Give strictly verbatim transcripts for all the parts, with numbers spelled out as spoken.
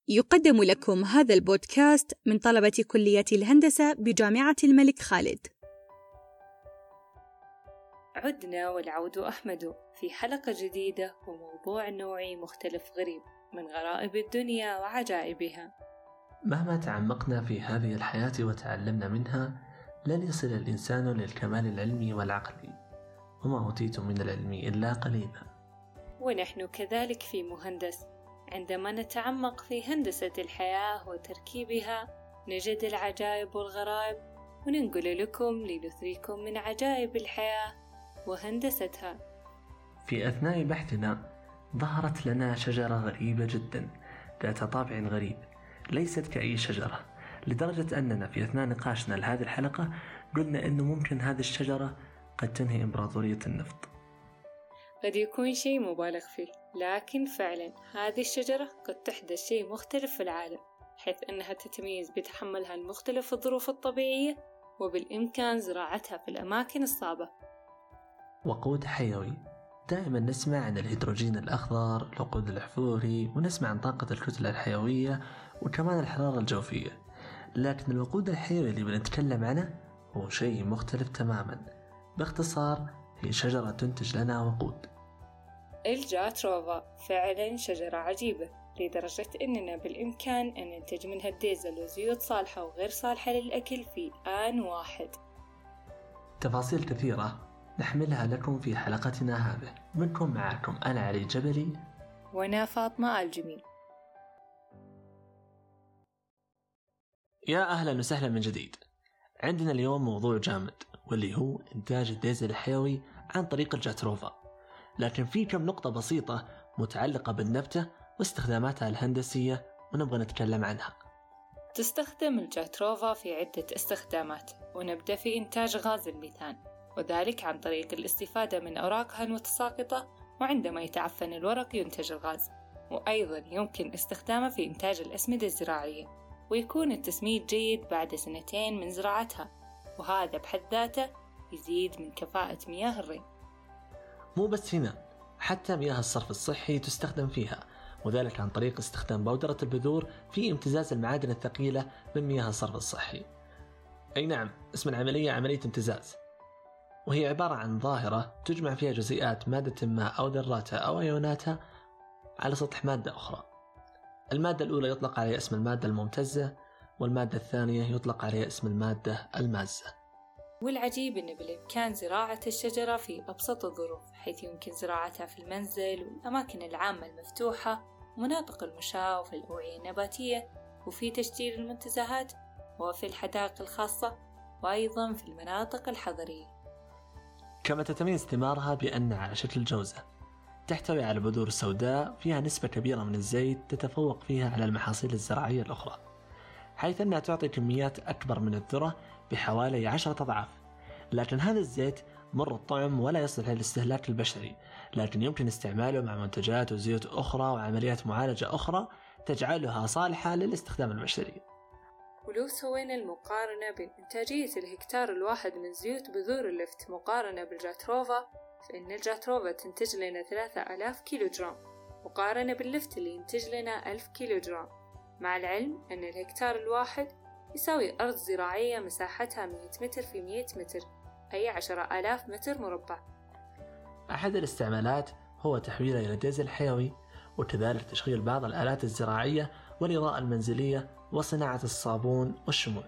يقدم لكم هذا البودكاست من طلبة كلية الهندسة بجامعة الملك خالد. عدنا والعود أحمد في حلقة جديدة وموضوع نوعي مختلف غريب من غرائب الدنيا وعجائبها. مهما تعمقنا في هذه الحياة وتعلمنا منها لن يصل الإنسان للكمال العلمي والعقلي، وما أوتيتم من العلم إلا قليلا. ونحن كذلك في مهندس، عندما نتعمق في هندسة الحياة وتركيبها نجد العجائب والغرائب، وننقل لكم لنثريكم من عجائب الحياة وهندستها. في أثناء بحثنا ظهرت لنا شجرة غريبة جدا ذات طابع غريب، ليست كأي شجرة، لدرجة أننا في أثناء نقاشنا لهذه الحلقة قلنا أنه ممكن هذه الشجرة قد تنهي إمبراطورية النفط. قد يكون شيء مبالغ فيه، لكن فعلا هذه الشجرة قد تحدث شيء مختلف في العالم، حيث أنها تتميز بتحملها المختلف الظروف الطبيعية، وبالإمكان زراعتها في الأماكن الصعبة. وقود حيوي. دائما نسمع عن الهيدروجين الأخضر، الوقود الأحفوري، ونسمع عن طاقة الكتلة الحيوية وكمان الحرارة الجوفية، لكن الوقود الحيوي اللي بنتكلم عنه هو شيء مختلف تماما. باختصار هي شجرة تنتج لنا وقود. الجاتروفا فعلا شجرة عجيبة، لدرجة أننا بالإمكان أن ننتج منها الديزل وزيوت صالحة وغير صالحة للأكل في آن واحد. تفاصيل كثيرة نحملها لكم في حلقتنا هذه. منكم معكم أنا علي جبلي وأنا فاطمة الجميل. يا أهلا وسهلا من جديد. عندنا اليوم موضوع جامد، واللي هو إنتاج الديزل الحيوي عن طريق الجاتروفا، لكن في كم نقطة بسيطة متعلقة بالنبتة واستخداماتها الهندسية ونبغى نتكلم عنها. تستخدم الجاتروفا في عدة استخدامات، ونبدأ في إنتاج غاز الميثان، وذلك عن طريق الاستفادة من أوراقها المتساقطة، وعندما يتعفن الورق ينتج الغاز. وأيضا يمكن استخدامه في إنتاج الأسمدة الزراعية، ويكون التسميد جيد بعد سنتين من زراعتها، وهذا بحد ذاته يزيد من كفاءة مياه الري. مو بس هنا، حتى مياه الصرف الصحي تستخدم فيها، وذلك عن طريق استخدام بودرة البذور في امتزاز المعادن الثقيلة من مياه الصرف الصحي. أي نعم، اسم العملية عملية امتزاز، وهي عبارة عن ظاهرة تجمع فيها جزيئات مادة ما أو ذراتها أو أيوناتها على سطح مادة أخرى. المادة الأولى يطلق عليها اسم المادة الممتزة، والمادة الثانية يطلق عليها اسم المادة المازة. والعجيب أن بالإمكان زراعة الشجرة في أبسط الظروف، حيث يمكن زراعتها في المنزل والأماكن العامة المفتوحة، ومناطق المشاة، وفي الأوعية النباتية، وفي تشجير المنتزهات، وفي الحدائق الخاصة، وأيضا في المناطق الحضرية. كما تتميز ثمارها بأنها على شكل جوزة، تحتوي على بذور سوداء فيها نسبة كبيرة من الزيت تتفوق فيها على المحاصيل الزراعية الأخرى، حيث أنها تعطي كميات أكبر من الذرة بحوالي عشرة أضعاف. لكن هذا الزيت مر الطعم ولا يصلح للاستهلاك البشري، لكن يمكن استعماله مع منتجات وزيوت أخرى وعمليات معالجة أخرى تجعلها صالحة للاستخدام البشري. ولو سوينا المقارنة بين إنتاجية الهكتار الواحد من زيوت بذور اللفت مقارنة بالجاتروفا، فإن الجاتروفا تنتج لنا ثلاثة آلاف كيلوغرام مقارنة باللفت اللي ينتج لنا ألف كيلوغرام، مع العلم أن الهكتار الواحد يساوي أرض زراعية مساحتها مئة متر في مئة متر، أي عشرة آلاف متر مربع. أحد الاستعمالات هو تحويله إلى ديزل حيوي، وكذلك تشغيل بعض الآلات الزراعية والإضاءة المنزلية وصناعة الصابون والشموع.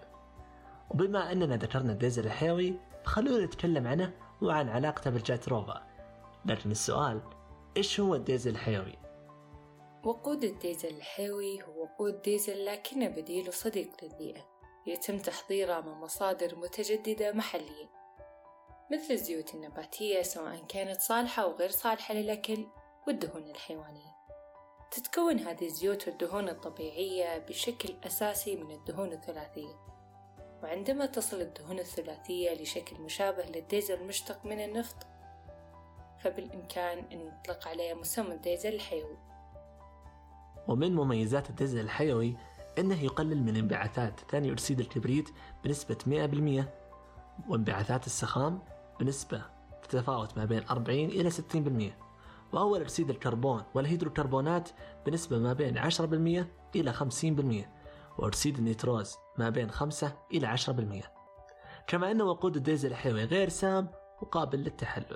وبما أننا ذكرنا الديزل الحيوي فخلونا نتكلم عنه وعن علاقته بالجاتروفا. لكن السؤال، إيش هو الديزل الحيوي؟ وقود الديزل الحيوي هو وقود ديزل لكنه بديل صديق للبيئة، يتم تحضيره من مصادر متجددة محلية مثل الزيوت النباتية سواء كانت صالحة أو غير صالحة للأكل، والدهون الحيوانية. تتكون هذه الزيوت والدهون الطبيعية بشكل أساسي من الدهون الثلاثية، وعندما تصل الدهون الثلاثية لشكل مشابه للديزل المشتق من النفط، فبالإمكان أن نطلق عليه مسمى الديزل الحيوي. ومن مميزات الديزل الحيوي أنه يقلل من انبعاثات ثاني أكسيد الكبريت بنسبة مئة بالمئة، وانبعاثات السخام بنسبة تتفاوت ما بين أربعين إلى ستين بالمئة، وأول أكسيد الكربون والهيدروكربونات بنسبة ما بين عشرة بالمئة إلى خمسين بالمئة، وأكسيد النيتروز ما بين خمسة إلى عشرة بالمئة. كما أن وقود الديزل الحيوي غير سام وقابل للتحلل.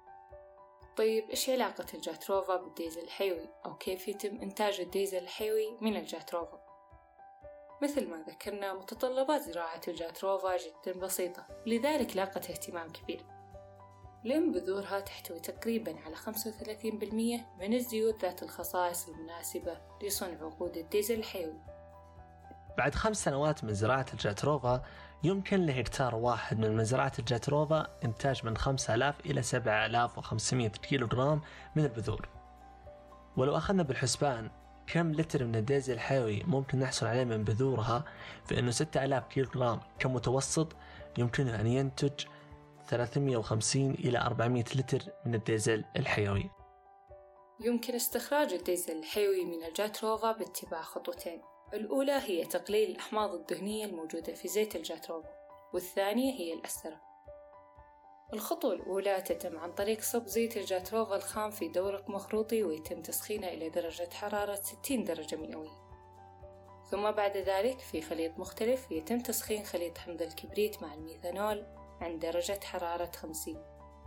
طيب إيش علاقة الجاتروفا بالديزل الحيوي، أو كيف يتم إنتاج الديزل الحيوي من الجاتروفا؟ مثل ما ذكرنا، متطلبات زراعة الجاتروفا جدا بسيطة، لذلك لاقت اهتمام كبير، لأن بذورها تحتوي تقريبا على خمسة وثلاثين بالمئة من الزيوت ذات الخصائص المناسبة لصنع وقود الديزل الحيوي. بعد خمس سنوات من زراعة الجاتروفا يمكن لهكتار واحد من مزرعة الجاتروفا إنتاج من خمسة آلاف إلى سبعة آلاف وخمسمئة كيلوغرام من البذور. ولو أخذنا بالحسبان كم لتر من الديزل الحيوي ممكن نحصل عليه من بذورها، فإنه ستة آلاف كيلوغرام كمتوسط يمكنه أن ينتج ثلاثمئة وخمسين إلى أربعمئة لتر من الديزل الحيوي. يمكن استخراج الديزل الحيوي من الجاتروفا باتباع خطوتين. الأولى هي تقليل الأحماض الدهنية الموجودة في زيت الجاتروفا، والثانية هي الأسترة. الخطوة الأولى تتم عن طريق صب زيت الجاتروفا الخام في دورق مخروطي، ويتم تسخينه إلى درجة حرارة ستين درجة مئوية. ثم بعد ذلك في خليط مختلف يتم تسخين خليط حمض الكبريت مع الميثانول عند درجة حرارة خمسين،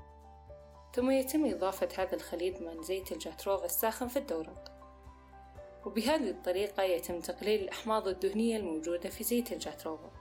ثم يتم إضافة هذا الخليط من زيت الجاتروفا الساخن في الدورق. وبهذه الطريقة يتم تقليل الأحماض الدهنية الموجودة في زيت الجاتروفا.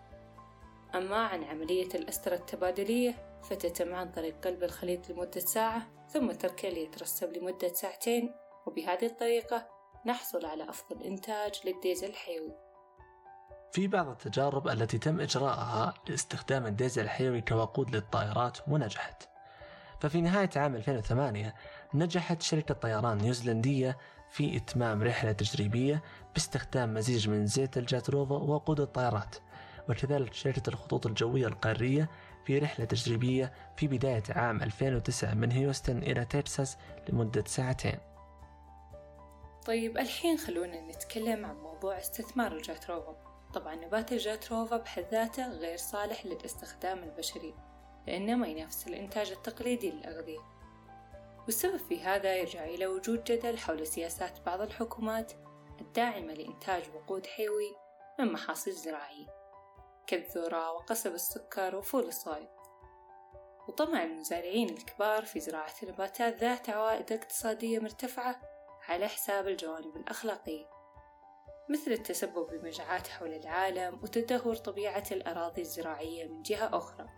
أما عن عملية الأسترة التبادلية فتتم عن طريق قلب الخليط لمدة ساعة، ثم تركه ليترسب لمدة ساعتين، وبهذه الطريقة نحصل على أفضل إنتاج للديزل الحيوي. في بعض التجارب التي تم إجراءها لاستخدام الديزل الحيوي كوقود للطائرات ونجحت. ففي نهاية عام ألفين وثمانية نجحت شركة طيران نيوزيلندية في إتمام رحلة تجريبية باستخدام مزيج من زيت الجاتروفا ووقود الطائرات، وكذلك شركة الخطوط الجوية القارية في رحلة تجريبية في بداية عام ألفين وتسعة من هيوستن إلى تكساس لمدة ساعتين. طيب الحين خلونا نتكلم عن موضوع استثمار الجاتروفا. طبعا نبات الجاتروفا بحد ذاته غير صالح للاستخدام البشري، لأنه ما ينافس الإنتاج التقليدي للأغذية، والسبب في هذا يرجع إلى وجود جدل حول سياسات بعض الحكومات الداعمة لإنتاج وقود حيوي من محاصيل زراعية كالذرة وقصب السكر وفول الصويا، وطمع المزارعين الكبار في زراعة نباتات ذات عوائد اقتصادية مرتفعة على حساب الجوانب الأخلاقية، مثل التسبب بمجاعات حول العالم وتدهور طبيعة الأراضي الزراعية من جهة أخرى.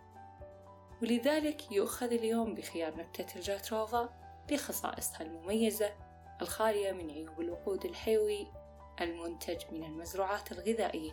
ولذلك يؤخذ اليوم بخيار نبتة الجاتروفا لخصائصها المميزة الخالية من عيوب الوقود الحيوي المنتج من المزروعات الغذائية.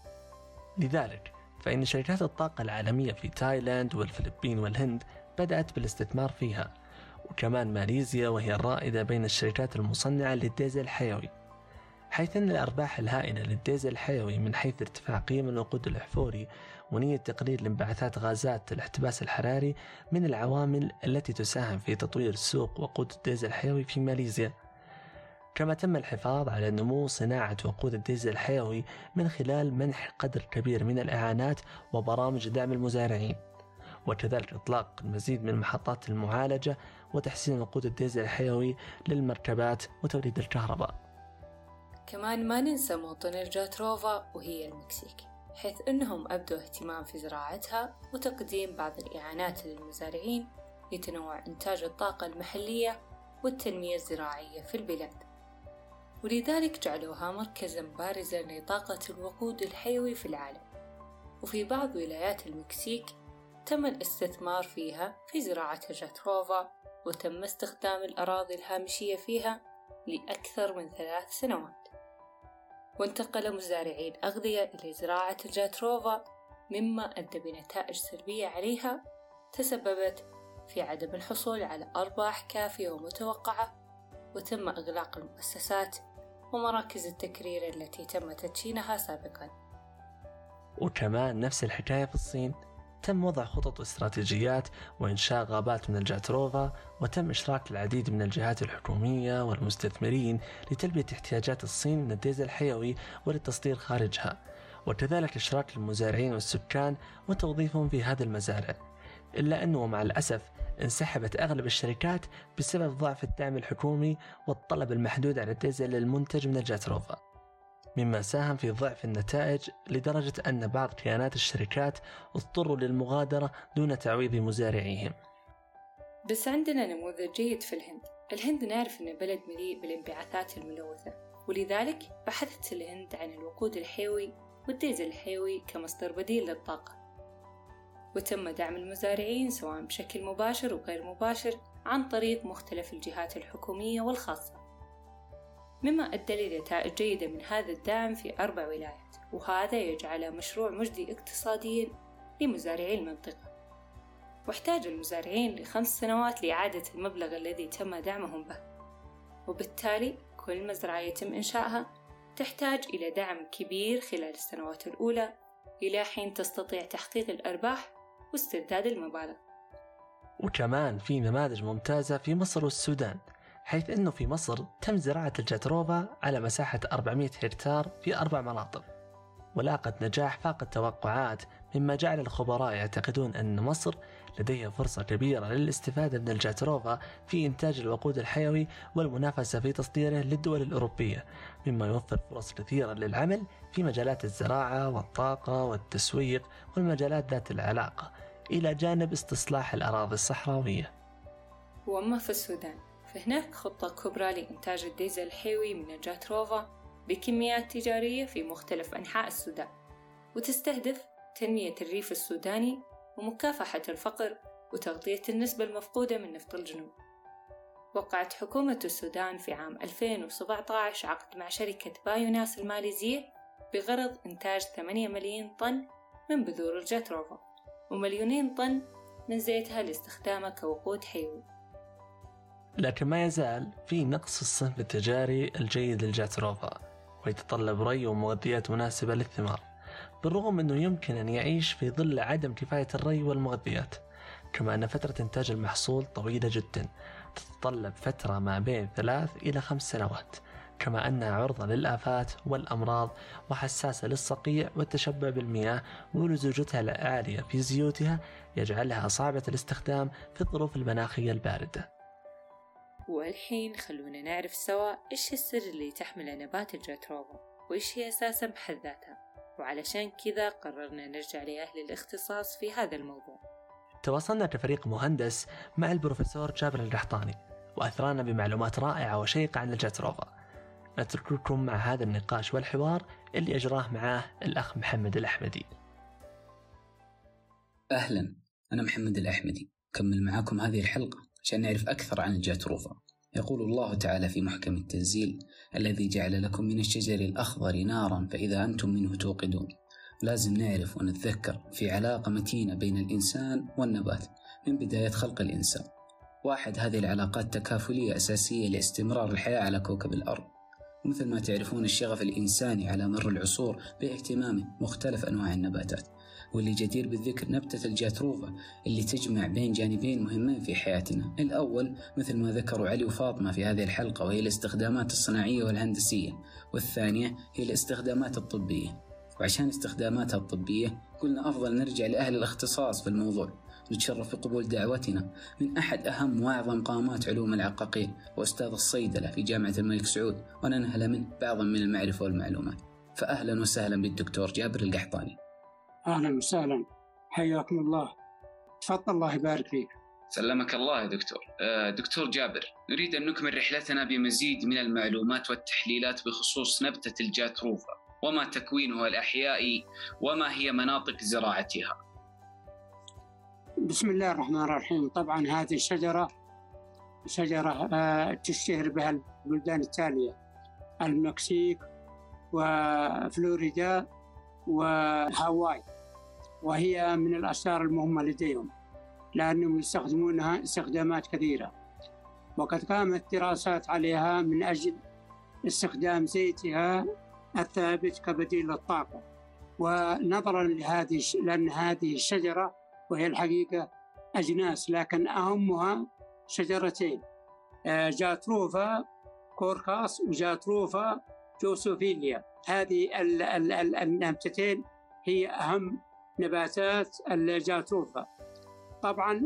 لذلك فإن شركات الطاقة العالمية في تايلاند والفلبين والهند بدأت بالاستثمار فيها، وكمان ماليزيا وهي الرائدة بين الشركات المصنعة للديزل الحيوي، حيث أن الأرباح الهائلة للديزل الحيوي من حيث ارتفاع قيم الوقود الأحفوري ونية تقليل انبعاثات غازات الاحتباس الحراري من العوامل التي تساهم في تطوير سوق وقود الديزل الحيوي في ماليزيا. كما تم الحفاظ على نمو صناعة وقود الديزل الحيوي من خلال منح قدر كبير من الإعانات وبرامج دعم المزارعين، وكذلك إطلاق المزيد من محطات المعالجة وتحسين وقود الديزل الحيوي للمركبات وتوليد الكهرباء. كمان ما ننسى موطن الجاتروفا وهي المكسيك، حيث أنهم أبدوا اهتمام في زراعتها وتقديم بعض الإعانات للمزارعين لتنوع إنتاج الطاقة المحلية والتنمية الزراعية في البلاد، ولذلك جعلوها مركزاً بارزاً لطاقة الوقود الحيوي في العالم. وفي بعض ولايات المكسيك تم الاستثمار فيها في زراعة الجاتروفا، وتم استخدام الأراضي الهامشية فيها لأكثر من ثلاث سنوات، وانتقل مزارعي الأغذية إلى زراعة الجاتروفا، مما أدى بنتائج سلبية عليها تسببت في عدم الحصول على أرباح كافية ومتوقعة، وتم إغلاق المؤسسات ومراكز التكرير التي تم تدشينها سابقا. وكمان نفس الحكاية في الصين، تم وضع خطط واستراتيجيات وإنشاء غابات من الجاتروفا، وتم إشراك العديد من الجهات الحكومية والمستثمرين لتلبية احتياجات الصين من الديزل الحيوي وللتصدير خارجها، وكذلك إشراك المزارعين والسكان وتوظيفهم في هذه المزارع. إلا أنه مع الأسف انسحبت أغلب الشركات بسبب ضعف الدعم الحكومي والطلب المحدود على الديزل المنتج من الجاتروفا، مما ساهم في ضعف النتائج لدرجة أن بعض كيانات الشركات اضطروا للمغادرة دون تعويض مزارعيهم. بس عندنا نموذج جيد في الهند. الهند نعرف أنه بلد مليء بالانبعاثات الملوثة، ولذلك بحثت الهند عن الوقود الحيوي والديزل الحيوي كمصدر بديل للطاقة، وتم دعم المزارعين سواء بشكل مباشر وغير مباشر عن طريق مختلف الجهات الحكومية والخاصة، مما أدى لنتائج جيدة من هذا الدعم في أربع ولايات، وهذا يجعله مشروع مجدي اقتصاديا لمزارعي المنطقة. واحتاج المزارعين لخمس سنوات لإعادة المبلغ الذي تم دعمهم به، وبالتالي كل مزرعة يتم إنشائها تحتاج إلى دعم كبير خلال السنوات الأولى إلى حين تستطيع تحقيق الأرباح واسترداد المبالغ. وكمان في نماذج ممتازة في مصر والسودان، حيث أنه في مصر تم زراعة الجاتروفا على مساحة أربعمائة هكتار في أربع مناطق، ولاقت نجاح فاق التوقعات، مما جعل الخبراء يعتقدون أن مصر لديها فرصة كبيرة للاستفادة من الجاتروفا في إنتاج الوقود الحيوي والمنافسة في تصديره للدول الأوروبية، مما يوفر فرص كثيرة للعمل في مجالات الزراعة والطاقة والتسويق والمجالات ذات العلاقة، إلى جانب استصلاح الأراضي الصحراوية. وأما في السودان فهناك خطة كبرى لإنتاج الديزل الحيوي من الجاتروفا بكميات تجارية في مختلف أنحاء السودان، وتستهدف تنمية الريف السوداني ومكافحة الفقر وتغطية النسبة المفقودة من نفط الجنوب. وقعت حكومة السودان في عام ألفين وسبعة عشر عقد مع شركة بايوناس الماليزية بغرض إنتاج ثمانية ملايين طن من بذور الجاتروفا ومليونين طن من زيتها لاستخدامه كوقود حيوي. لكن ما يزال في نقص الصنف التجاري الجيد للجاتروفا، ويتطلب ري ومغذيات مناسبة للثمار، بالرغم أنه يمكن أن يعيش في ظل عدم كفاية الري والمغذيات. كما أن فترة إنتاج المحصول طويلة جدا، تتطلب فترة ما بين ثلاث إلى خمس سنوات، كما أنها عرضة للآفات والأمراض وحساسة للصقيع والتشبع بالمياه، ولزوجتها العالية في زيوتها يجعلها صعبة الاستخدام في الظروف المناخية الباردة. والحين خلونا نعرف سوا إيش السر اللي تحمل نبات الجاتروفا وإيش هي أساساً بحد ذاتها، وعلشان كذا قررنا نرجع لأهل الاختصاص في هذا الموضوع. تواصلنا كفريق مهندس مع البروفيسور جابر القحطاني، وأثرانا بمعلومات رائعة وشيقة عن الجاتروفا. نترككم مع هذا النقاش والحوار اللي أجراه معاه الأخ محمد الأحمدي. أهلا، أنا محمد الأحمدي، أكمل معاكم هذه الحلقة عشان نعرف أكثر عن الجاتروفا. يقول الله تعالى في محكم التنزيل: الذي جعل لكم من الشجر الأخضر نارا فإذا أنتم منه توقدون. لازم نعرف ونتذكر في علاقة متينة بين الإنسان والنبات من بداية خلق الإنسان. واحد، هذه العلاقات تكافلية أساسية لاستمرار الحياة على كوكب الأرض. ومثل ما تعرفون الشغف الإنساني على مر العصور باهتمامه مختلف أنواع النباتات، واللي جدير بالذكر نبتة الجاتروفا اللي تجمع بين جانبين مهمين في حياتنا. الأول مثل ما ذكروا علي وفاطمة في هذه الحلقة، وهي الاستخدامات الصناعية والهندسية، والثانية هي الاستخدامات الطبية. وعشان استخداماتها الطبية قلنا أفضل نرجع لأهل الاختصاص في الموضوع. نتشرف بقبول دعوتنا من أحد أهم وأعظم قامات علوم العقاقير وأستاذ الصيدلة في جامعة الملك سعود، وننهل منه بعضا من المعرفة والمعلومات. فأهلا وسهلا بالدكتور جابر القحطاني. أهلا وسهلا، حياكم الله، تفضل، الله يبارك فيك. سلمك الله يا دكتور. آه دكتور جابر، نريد أن نكمل رحلتنا بمزيد من المعلومات والتحليلات بخصوص نبتة الجاتروفا وما تكوينها الأحيائي وما هي مناطق زراعتها. بسم الله الرحمن الرحيم. طبعا هذه الشجرة شجرة آه تشتهر بها البلدان التالية: المكسيك وفلوريدا وهاواي، وهي من الأشجار المهمة لديهم لأنهم يستخدمونها استخدامات كثيرة، وقد قامت دراسات عليها من أجل استخدام زيتها الثابت كبديل للطاقة. ونظرا لهذه لأن هذه الشجرة وهي الحقيقة أجناس، لكن أهمها شجرتين: جاتروفا كوركاس وجاتروفا جوسوفيليا. هذه النبتتين هي أهم نباتات الجاتروفا. طبعا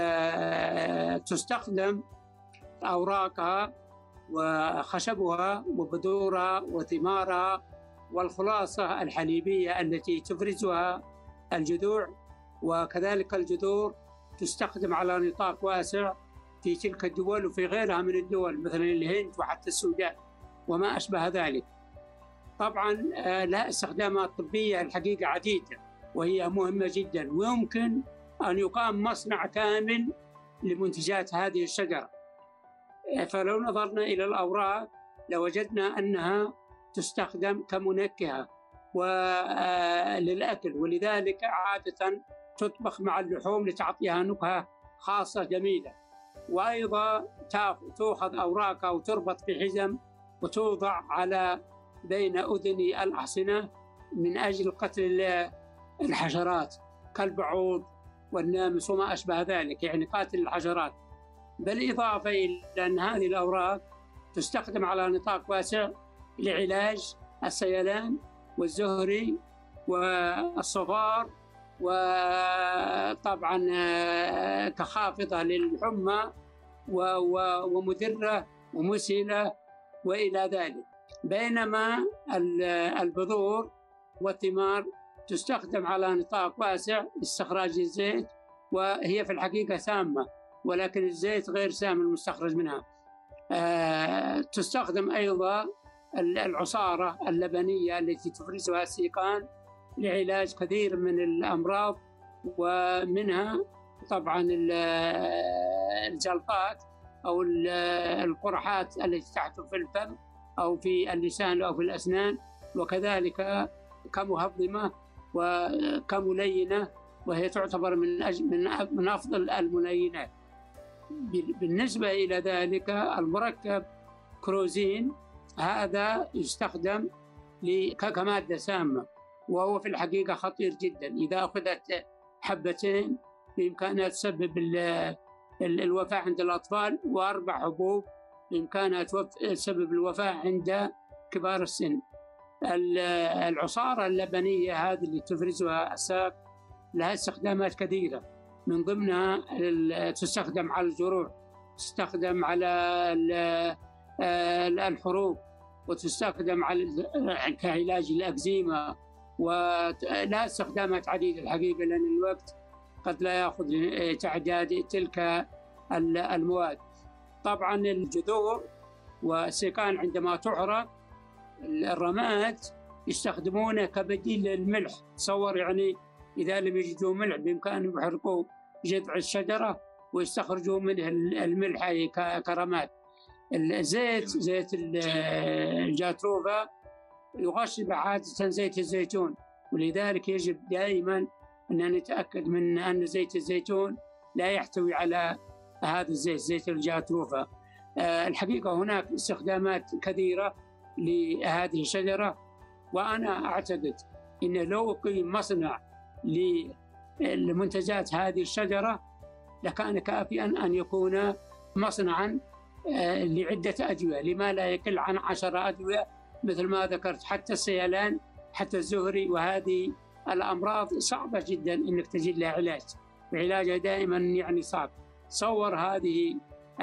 تستخدم أوراقها وخشبها وبذورها وثمارها والخلاصة الحليبية التي تفرزها الجذوع، وكذلك الجذور تستخدم على نطاق واسع في تلك الدول وفي غيرها من الدول مثل الهند وحتى السودان وما أشبه ذلك. طبعا لها استخدامات طبية الحقيقة عديدة وهي مهمة جدا، ويمكن أن يقام مصنع كامل لمنتجات هذه الشجرة. فلو نظرنا إلى الأوراق لوجدنا أنها تستخدم كمنكهة وللأكل، ولذلك عادة تطبخ مع اللحوم لتعطيها نكهة خاصة جميلة. وأيضا تأخذ أوراقها وتربط في حزم وتوضع على بين أذني الأحصنة من أجل قتل الحشرات كالبعوض والناموس وما أشبه ذلك، يعني قاتل الحشرات. بالإضافة إلى أن هذه الأوراق تستخدم على نطاق واسع لعلاج السيلان والزهري والصفار، وطبعا كخافضة للحمى ومدرة ومسهلة وإلى ذلك. بينما البذور والثمار تستخدم على نطاق واسع لاستخراج الزيت، وهي في الحقيقة سامة ولكن الزيت غير سام المستخرج منها. أه تستخدم أيضا العصارة اللبنية التي تفرزها السيقان لعلاج كثير من الأمراض، ومنها طبعا الجلطات أو القرحات التي تحدث في الفم أو في اللسان أو في الأسنان، وكذلك كمهضمة وكملينة، وهي تعتبر من أج... من من أفضل الملينات. بالنسبة إلى ذلك المركب كروزين هذا يستخدم كمادة سامة، وهو في الحقيقة خطير جدا. إذا أخذت حبتين بإمكانها تسبب الوفاة عند الأطفال، وأربع حبوب بإمكانها تسبب الوفاة عند كبار السن. العصارة اللبنية هذه اللي تفرزها الساق لها استخدامات كثيرة، من ضمنها تستخدم على الجروح، تستخدم على الحروق، وتستخدم على كعلاج الأكزيما، ولها استخدامات عديدة الحقيقة، لأن الوقت قد لا يأخذ تعداد تلك المواد. طبعا الجذور والسيقان عندما تحرق الرماد يستخدمونه كبديل للملح. تصور يعني إذا لم يجدوا ملح بإمكانهم يحرقوا جذع الشجرة ويستخرجوا منه الملح كرماد. الزيت زيت الجاتروفا يغشب عادة زيت الزيتون، ولذلك يجب دائما أن نتأكد من أن زيت الزيتون لا يحتوي على هذا الزيت زيت الجاتروفا. الحقيقة هناك استخدامات كثيرة لهذه الشجرة، وأنا أعتقد أن لو أقيم مصنع لمنتجات هذه الشجرة لكان كافيا أن يكون مصنعا لعدة أدوية، لما لا يقل عن عشرة أدوية مثل ما ذكرت، حتى السيلان حتى الزهري، وهذه الأمراض صعبة جدا أنك تجد لها علاج، وعلاجها دائما يعني صعب. تصور هذه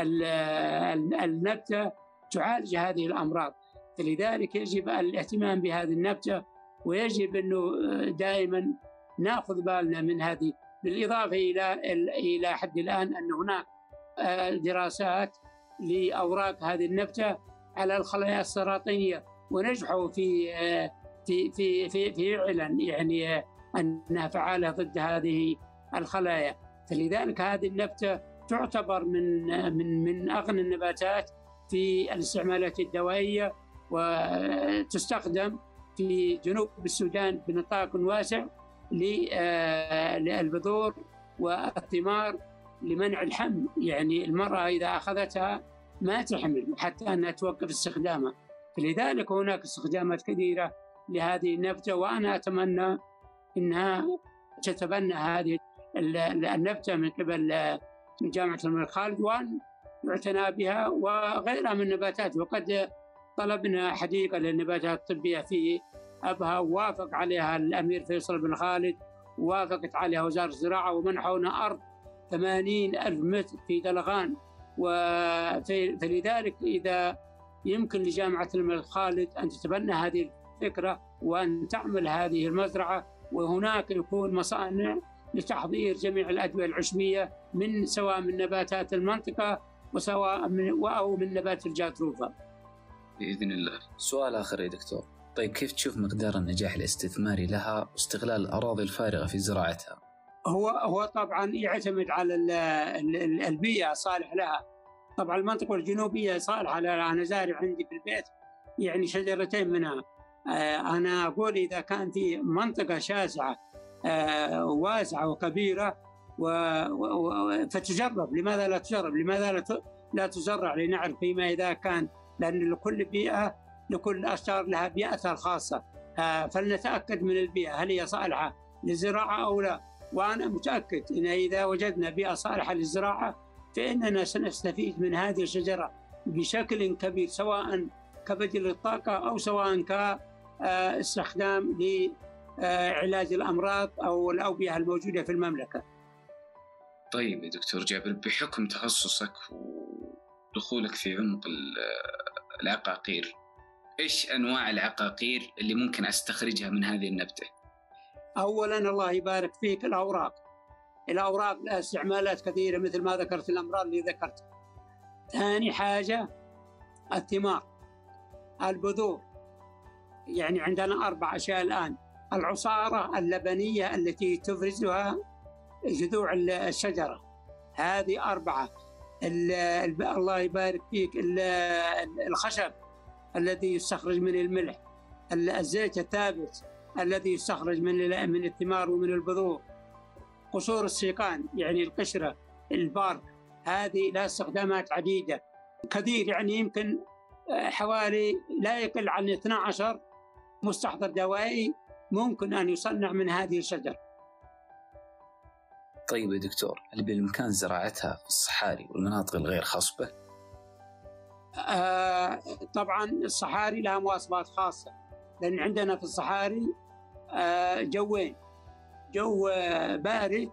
النبتة تعالج هذه الأمراض، فلذلك يجب الاهتمام بهذه النبتة، ويجب أنه دائما نأخذ بالنا من هذه. بالإضافة إلى إلى حد الآن أن هناك دراسات لأوراق هذه النبتة على الخلايا السرطانية، ونجحوا في في في في في إعلان يعني أنها فعالة ضد هذه الخلايا. فلذلك هذه النبتة تعتبر من من من أغنى النباتات في الاستعمالات الدوائية، وتستخدم في جنوب السودان بنطاق واسع للبذور والثمار لمنع الحمل، يعني المرأة إذا أخذتها ما تحمل حتى أنها توقف استخدامها. فلذلك هناك استخدامات كثيرة لهذه النبتة، وأنا أتمنى أنها تتبنى هذه النبتة من قبل جامعة الملك خالد، وأن يعتنى بها وغيرها من النباتات. وقد طلبنا حديقة للنباتات الطبية في أبها، ووافق عليها الأمير فيصل بن خالد، ووافقت عليها وزارة الزراعة، ومنحونا أرض ثمانين ألف متر في دلغان. فلذلك إذا يمكن لجامعة الملك خالد أن تتبنى هذه الفكرة وأن تعمل هذه المزرعة، وهناك يكون مصانع لتحضير جميع الأدوية العشبية من سواء من نباتات المنطقة وسواء من أو من نبات الجاتروفا بإذن الله. سؤال آخر يا دكتور، طيب كيف تشوف مقدار النجاح الاستثماري لها واستغلال الأراضي الفارغة في زراعتها؟ هو هو طبعا يعتمد على البيئة الصالحة لها. طبعا المنطقة الجنوبية صالحة لها. أنا زارع عندي في البيت يعني شجرتين منها. أنا أقول إذا كان في منطقة شاسعة واسعة وكبيرة فتجرب، لماذا لا تجرب؟ لماذا لا تزرع لنعرف فيما إذا كان، لأن لكل بيئة لكل أشجار لها بيئتها الخاصة. فلنتأكد من البيئة هل هي صالحة للزراعة أو لا. وأنا متأكد أن إذا وجدنا بيئة صالحة للزراعة فإننا سنستفيد من هذه الشجرة بشكل كبير، سواء كبديل للطاقة أو سواء كاستخدام لعلاج الأمراض أو الأوبئة الموجودة في المملكة. طيب يا دكتور جابر، بحكم تخصصك ودخولك في عمق العقاقير، إيش أنواع العقاقير اللي ممكن أستخرجها من هذه النبتة؟ أولاً الله يبارك فيك، الأوراق الأوراق لها استعمالات كثيرة مثل ما ذكرت الأمراض اللي ذكرت. ثاني حاجة الثمار، البذور، يعني عندنا أربع أشياء الآن. العصارة اللبنية التي تفرزها جذوع الشجرة، هذه أربعة. الله يبارك فيك الخشب الذي يستخرج من الملح، الزيت الثابت الذي يستخرج من من الثمار ومن البذور، قشور السيقان يعني القشرة، البار، هذه لها استخدامات عديدة كثير. يعني يمكن حوالي لا يقل عن اثنا عشر مستحضر دوائي ممكن أن يصنع من هذه الشجرة. طيب يا دكتور، هل بالإمكان زراعتها في الصحاري والمناطق الغير خصبة؟ آه طبعا الصحاري لها مواصفات خاصة، لأن عندنا في الصحاري آه جوين، جو بارد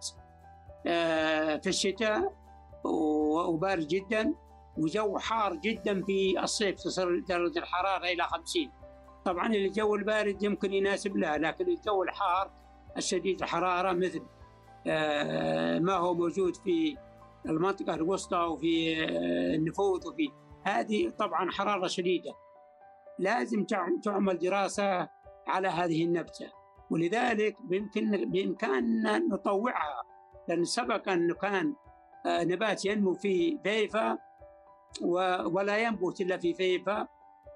آه في الشتاء وبارد جدا، وجو حار جدا في الصيف تصل درجة الحرارة إلى خمسين. طبعا الجو البارد يمكن يناسب لها، لكن الجو الحار الشديد الحرارة مثل آه ما هو موجود في المنطقة الوسطى وفي آه النفوذ وفي هذه طبعا حرارة شديدة، لازم تعمل دراسة على هذه النبتة. ولذلك بإمكان بإمكاننا نطوعها، لأن سبق أنه كان نبات ينمو في فيفا ولا ينبت إلا في فيفا.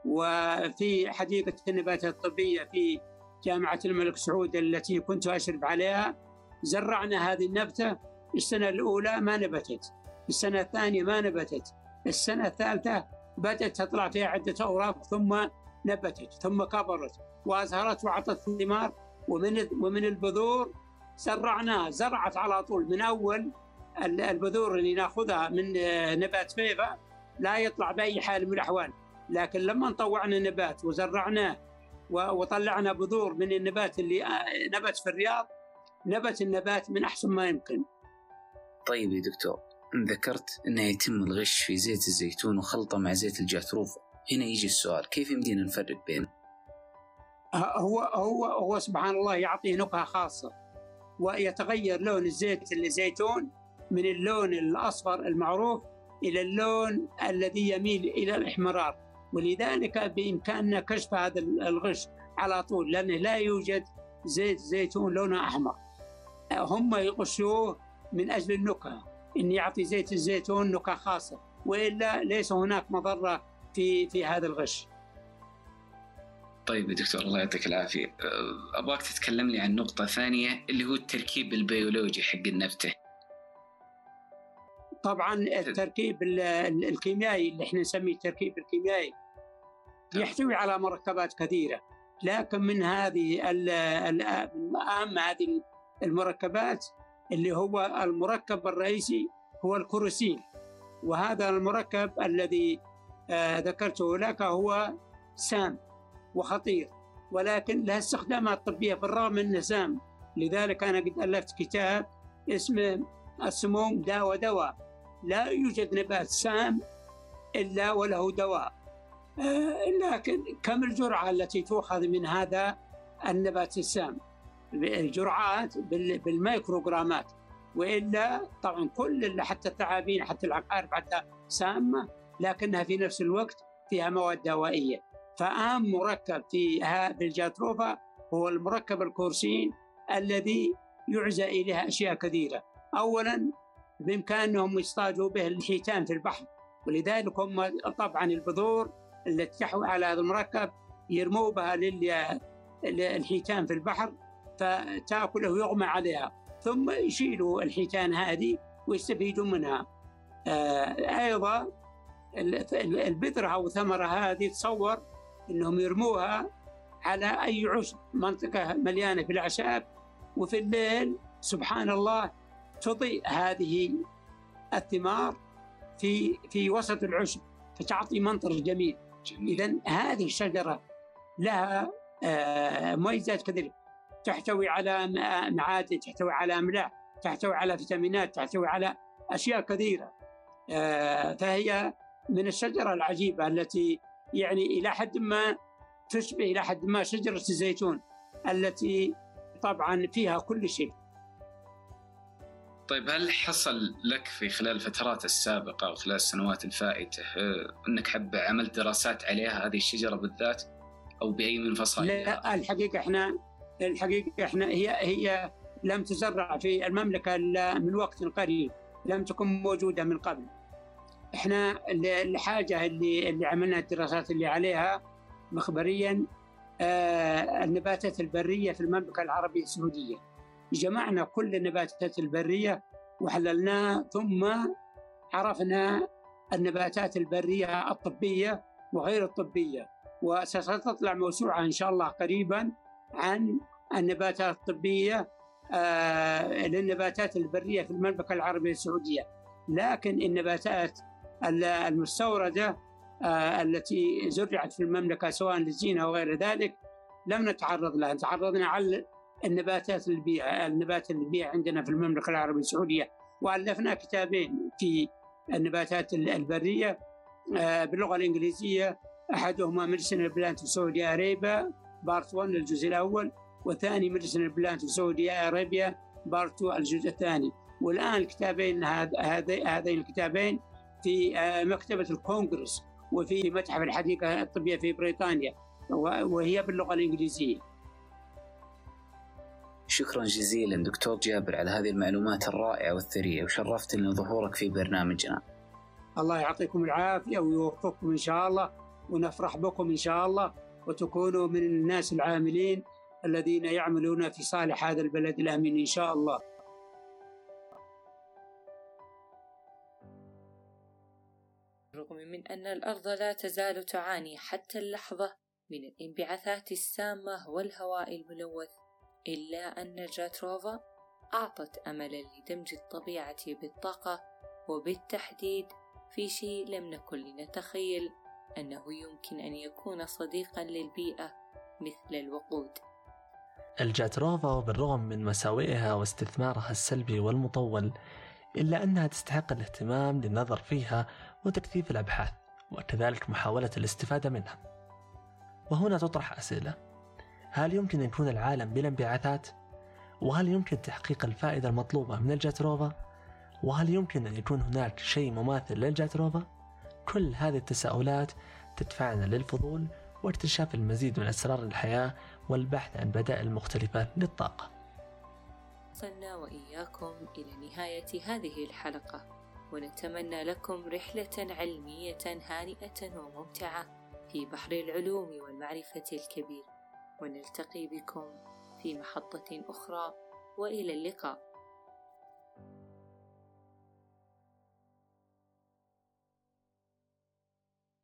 وفي حديقة النباتات الطبية في جامعة الملك سعود التي كنت أشرف عليها زرعنا هذه النبتة. السنة الأولى ما نبتت، السنة الثانية ما نبتت، السنة الثالثة بدأت تطلع فيها عدة أوراق ثم نبتت ثم كبرت وأزهرت وعطت ثمار. ومن ومن البذور زرعناها، زرعت على طول من أول البذور اللي نأخذها من نبات فيفا لا يطلع بأي حال من الأحوال. لكن لما طوعنا النبات وزرعناه وطلعنا بذور من النبات اللي نبت في الرياض، نبت النبات من أحسن ما يمكن. طيب يا دكتور، ذكرت أنه يتم الغش في زيت الزيتون وخلطه مع زيت الجاتروفا. هنا يجي السؤال، كيف يمدينا نفرق بينه؟ هو هو هو سبحان الله يعطي نكهة خاصة، ويتغير لون الزيت الزيتون من اللون الأصفر المعروف إلى اللون الذي يميل إلى الإحمرار. ولذلك بإمكاننا كشف هذا الغش على طول، لأنه لا يوجد زيت زيتون لونه أحمر. هم يغشوه من أجل النكهة، إن يعطي زيت الزيتون نكهة خاصة، وإلا ليس هناك مضرة في في هذا الغش. طيب يا دكتور الله يعطيك العافية، أبغاك تتكلم لي عن نقطة ثانية اللي هو التركيب البيولوجي حق النبتة. طبعا التركيب الكيميائي اللي احنا نسميه التركيب الكيميائي يحتوي على مركبات كثيرة، لكن من هذه أهم هذه المركبات اللي هو المركب الرئيسي هو الكروسين. وهذا المركب الذي ذكرته لك هو سام وخطير، ولكن له استخدامات طبية بالرغم من أنه سام. لذلك أنا قد ألفت كتاب اسمه السموم داء ودواء، لا يوجد نبات سام إلا وله دواء، لكن كم الجرعة التي تؤخذ من هذا النبات السام؟ الجرعات بالميكروغرامات، وإلا طبعا كل حتى الثعابين حتى العقارب حتى سامة، لكنها في نفس الوقت فيها مواد دوائية. فأهم مركب في الجاتروفا هو المركب الكورسين الذي يعزى إليها أشياء كثيرة. أولا بإمكانهم يصطادوا به الحيتان في البحر، ولذلك هم طبعا البذور التي تحوي على هذا المركب يرموا بها للحيتان في البحر فتأكل ويغمى عليها، ثم يشيلوا الحيتان هذه ويستفيدوا منها. أيضا البذرة أو ثمرة هذه تصور أنهم يرموها على أي عشب، منطقة مليانة بالأعشاب، وفي الليل سبحان الله تضيء هذه الثمار في في وسط العشب فتعطي منظر جميل. إذن هذه الشجرة لها مميزات كثيرة، تحتوي على معادن، تحتوي على أملاح، تحتوي على فيتامينات، تحتوي على أشياء كثيرة. فهي من الشجرة العجيبة التي يعني إلى حد ما تشبه إلى حد ما شجرة الزيتون التي طبعا فيها كل شيء. طيب، هل حصل لك في خلال الفترات السابقة أو خلال السنوات الفائتة أنك حب عملت دراسات عليها هذه الشجرة بالذات أو بأي من فصائلها؟ لا، الحقيقة إحنا الحقيقة إحنا هي هي لم تزرع في المملكة من وقت قريب، لم تكن موجودة من قبل. إحنا الحاجة اللي اللي عملنا الدراسات اللي عليها مخبريا آه النباتات البرية في المملكة العربية السعودية. جمعنا كل النباتات البرية وحللناها، ثم عرفنا النباتات البرية الطبية وغير الطبية، وستطلع موسوعة إن شاء الله قريبا عن النباتات الطبية آه للنباتات البرية في المملكة العربية السعودية. لكن النباتات المستوردة آه التي زرعت في المملكة سواء للزينة أو غير ذلك لم نتعرض لها. تعرضنا على النباتات البيئة النبات البيئة عندنا في المملكة العربية السعودية، وألفنا كتابين في النباتات البرية آه باللغة الإنجليزية، أحدهما Medicinal Plant of Saudi Arabia بارت واحد الجزء الأول، والثاني Medicinal Plant of Saudi Arabia بارت اثنين الجزء الثاني. والآن الكتابين هذين الكتابين في مكتبة الكونغرس وفي متحف الحديقة الطبية في بريطانيا، وهي باللغة الإنجليزية. شكرا جزيلا دكتور جابر على هذه المعلومات الرائعة والثرية، وشرفتني لظهورك في برنامجنا. الله يعطيكم العافية ويوفقكم إن شاء الله، ونفرح بكم إن شاء الله، وتكونوا من الناس العاملين الذين يعملون في صالح هذا البلد الآمين إن شاء الله. رغم من أن الأرض لا تزال تعاني حتى اللحظة من الانبعاثات السامة والهواء الملوث، إلا أن الجاتروفا أعطت أملا لدمج الطبيعة بالطاقة، وبالتحديد في شيء لم نكن لنتخيل أنه يمكن أن يكون صديقا للبيئة مثل الوقود. الجاتروفا بالرغم من مساوئها واستثمارها السلبي والمطول، إلا أنها تستحق الاهتمام للنظر فيها وتكثيف الأبحاث، وكذلك محاولة الاستفادة منها. وهنا تطرح أسئلة: هل يمكن أن يكون العالم بلا انبعاثات؟ وهل يمكن تحقيق الفائدة المطلوبة من الجاتروفا؟ وهل يمكن أن يكون هناك شيء مماثل للجاتروفا؟ كل هذه التساؤلات تدفعنا للفضول واكتشاف المزيد من أسرار الحياة والبحث عن بدائل مختلفة للطاقة. وصلنا وإياكم إلى نهاية هذه الحلقة، ونتمنى لكم رحلة علمية هانئة وممتعة في بحر العلوم والمعرفة الكبير، ونلتقي بكم في محطة أخرى، وإلى اللقاء.